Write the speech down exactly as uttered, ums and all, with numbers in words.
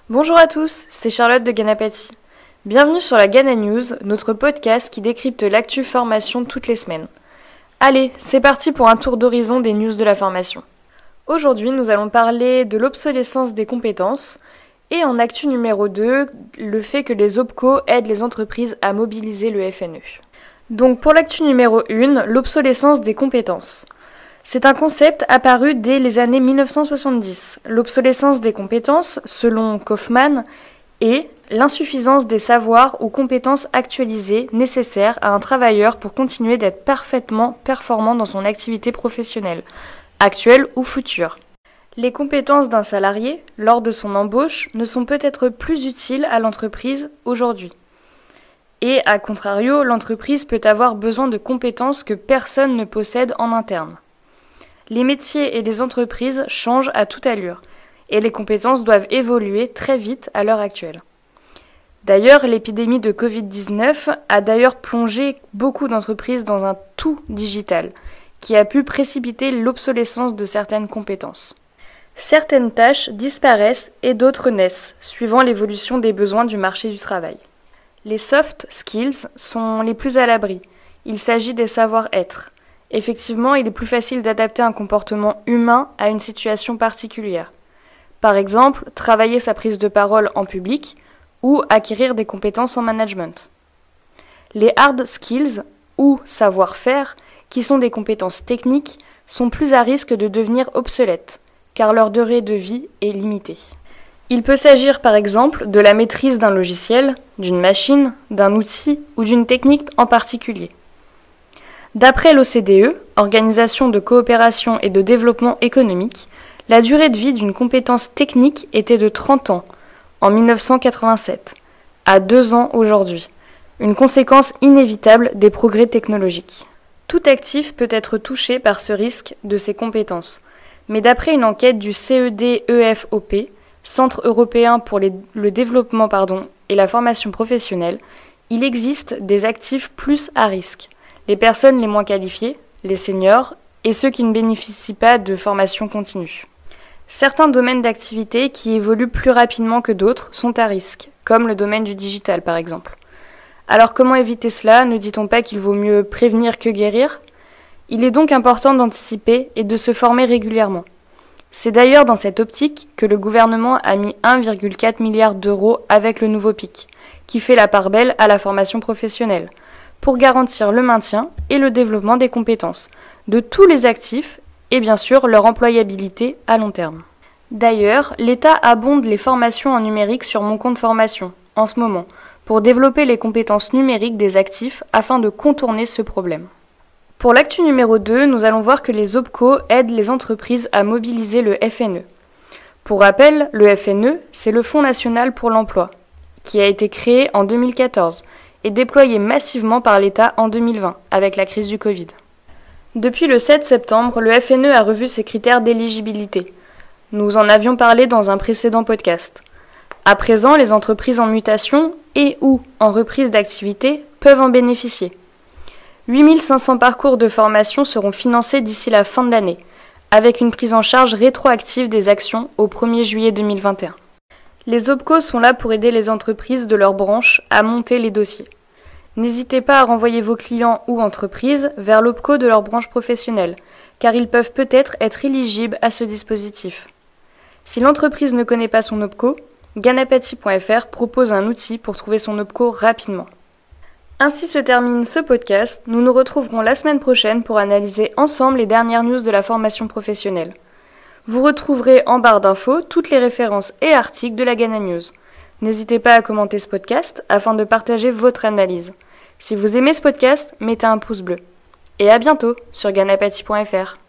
Bonjour à tous, c'est Charlotte de Ganapati. Bienvenue sur la Gana News, notre podcast qui décrypte l'actu formation toutes les semaines. Allez, c'est parti pour un tour d'horizon des news de la formation. Aujourd'hui, nous allons parler de l'obsolescence des compétences et en actu numéro deux, le fait que les OPCO aident les entreprises à mobiliser le F N E. Donc pour l'actu numéro un, l'obsolescence des compétences. C'est un concept apparu dès les années mille neuf cent soixante-dix. L'obsolescence des compétences, selon Kaufmann, est l'insuffisance des savoirs ou compétences actualisées nécessaires à un travailleur pour continuer d'être parfaitement performant dans son activité professionnelle, actuelle ou future. Les compétences d'un salarié, lors de son embauche, ne sont peut-être plus utiles à l'entreprise aujourd'hui. Et, à contrario, l'entreprise peut avoir besoin de compétences que personne ne possède en interne. Les métiers et les entreprises changent à toute allure, et les compétences doivent évoluer très vite à l'heure actuelle. D'ailleurs, l'épidémie de covid dix-neuf a d'ailleurs plongé beaucoup d'entreprises dans un tout digital, qui a pu précipiter l'obsolescence de certaines compétences. Certaines tâches disparaissent et d'autres naissent, suivant l'évolution des besoins du marché du travail. Les soft skills sont les plus à l'abri. Il s'agit des savoir-être. Effectivement, il est plus facile d'adapter un comportement humain à une situation particulière. Par exemple, travailler sa prise de parole en public ou acquérir des compétences en management. Les hard skills, ou savoir-faire, qui sont des compétences techniques, sont plus à risque de devenir obsolètes, car leur durée de vie est limitée. Il peut s'agir par exemple de la maîtrise d'un logiciel, d'une machine, d'un outil ou d'une technique en particulier. D'après l'O C D E, Organisation de coopération et de développement économique, la durée de vie d'une compétence technique était de trente ans, en mille neuf cent quatre-vingt-sept, à deux ans aujourd'hui, une conséquence inévitable des progrès technologiques. Tout actif peut être touché par ce risque de ces compétences, mais d'après une enquête du C E D E F O P, Centre européen pour les, le développement pardon, et la formation professionnelle, il existe des actifs plus à risque. Les personnes les moins qualifiées, les seniors, et ceux qui ne bénéficient pas de formation continue. Certains domaines d'activité qui évoluent plus rapidement que d'autres sont à risque, comme le domaine du digital par exemple. Alors comment éviter cela? Ne dit-on pas qu'il vaut mieux prévenir que guérir? Il est donc important d'anticiper et de se former régulièrement. C'est d'ailleurs dans cette optique que le gouvernement a mis un virgule quatre milliard d'euros avec le nouveau P I C, qui fait la part belle à la formation professionnelle, pour garantir le maintien et le développement des compétences de tous les actifs et bien sûr leur employabilité à long terme. D'ailleurs, l'État abonde les formations en numérique sur Mon Compte Formation, en ce moment, pour développer les compétences numériques des actifs afin de contourner ce problème. Pour l'actu numéro deux, nous allons voir que les OPCO aident les entreprises à mobiliser le F N E. Pour rappel, le F N E, c'est le Fonds national pour l'emploi, qui a été créé en deux mille quatorze et déployé massivement par l'État en deux mille vingt, avec la crise du Covid. Depuis le sept septembre, le F N E a revu ses critères d'éligibilité. Nous en avions parlé dans un précédent podcast. À présent, les entreprises en mutation et ou en reprise d'activité peuvent en bénéficier. huit mille cinq cents parcours de formation seront financés d'ici la fin de l'année, avec une prise en charge rétroactive des actions au premier juillet deux mille vingt et un. Les OPCO sont là pour aider les entreprises de leur branche à monter les dossiers. N'hésitez pas à renvoyer vos clients ou entreprises vers l'OPCO de leur branche professionnelle, car ils peuvent peut-être être éligibles à ce dispositif. Si l'entreprise ne connaît pas son OPCO, ganapati point f r propose un outil pour trouver son OPCO rapidement. Ainsi se termine ce podcast. Nous nous retrouverons la semaine prochaine pour analyser ensemble les dernières news de la formation professionnelle. Vous retrouverez en barre d'infos toutes les références et articles de la Gana News. N'hésitez pas à commenter ce podcast afin de partager votre analyse. Si vous aimez ce podcast, mettez un pouce bleu. Et à bientôt sur ganapati point f r.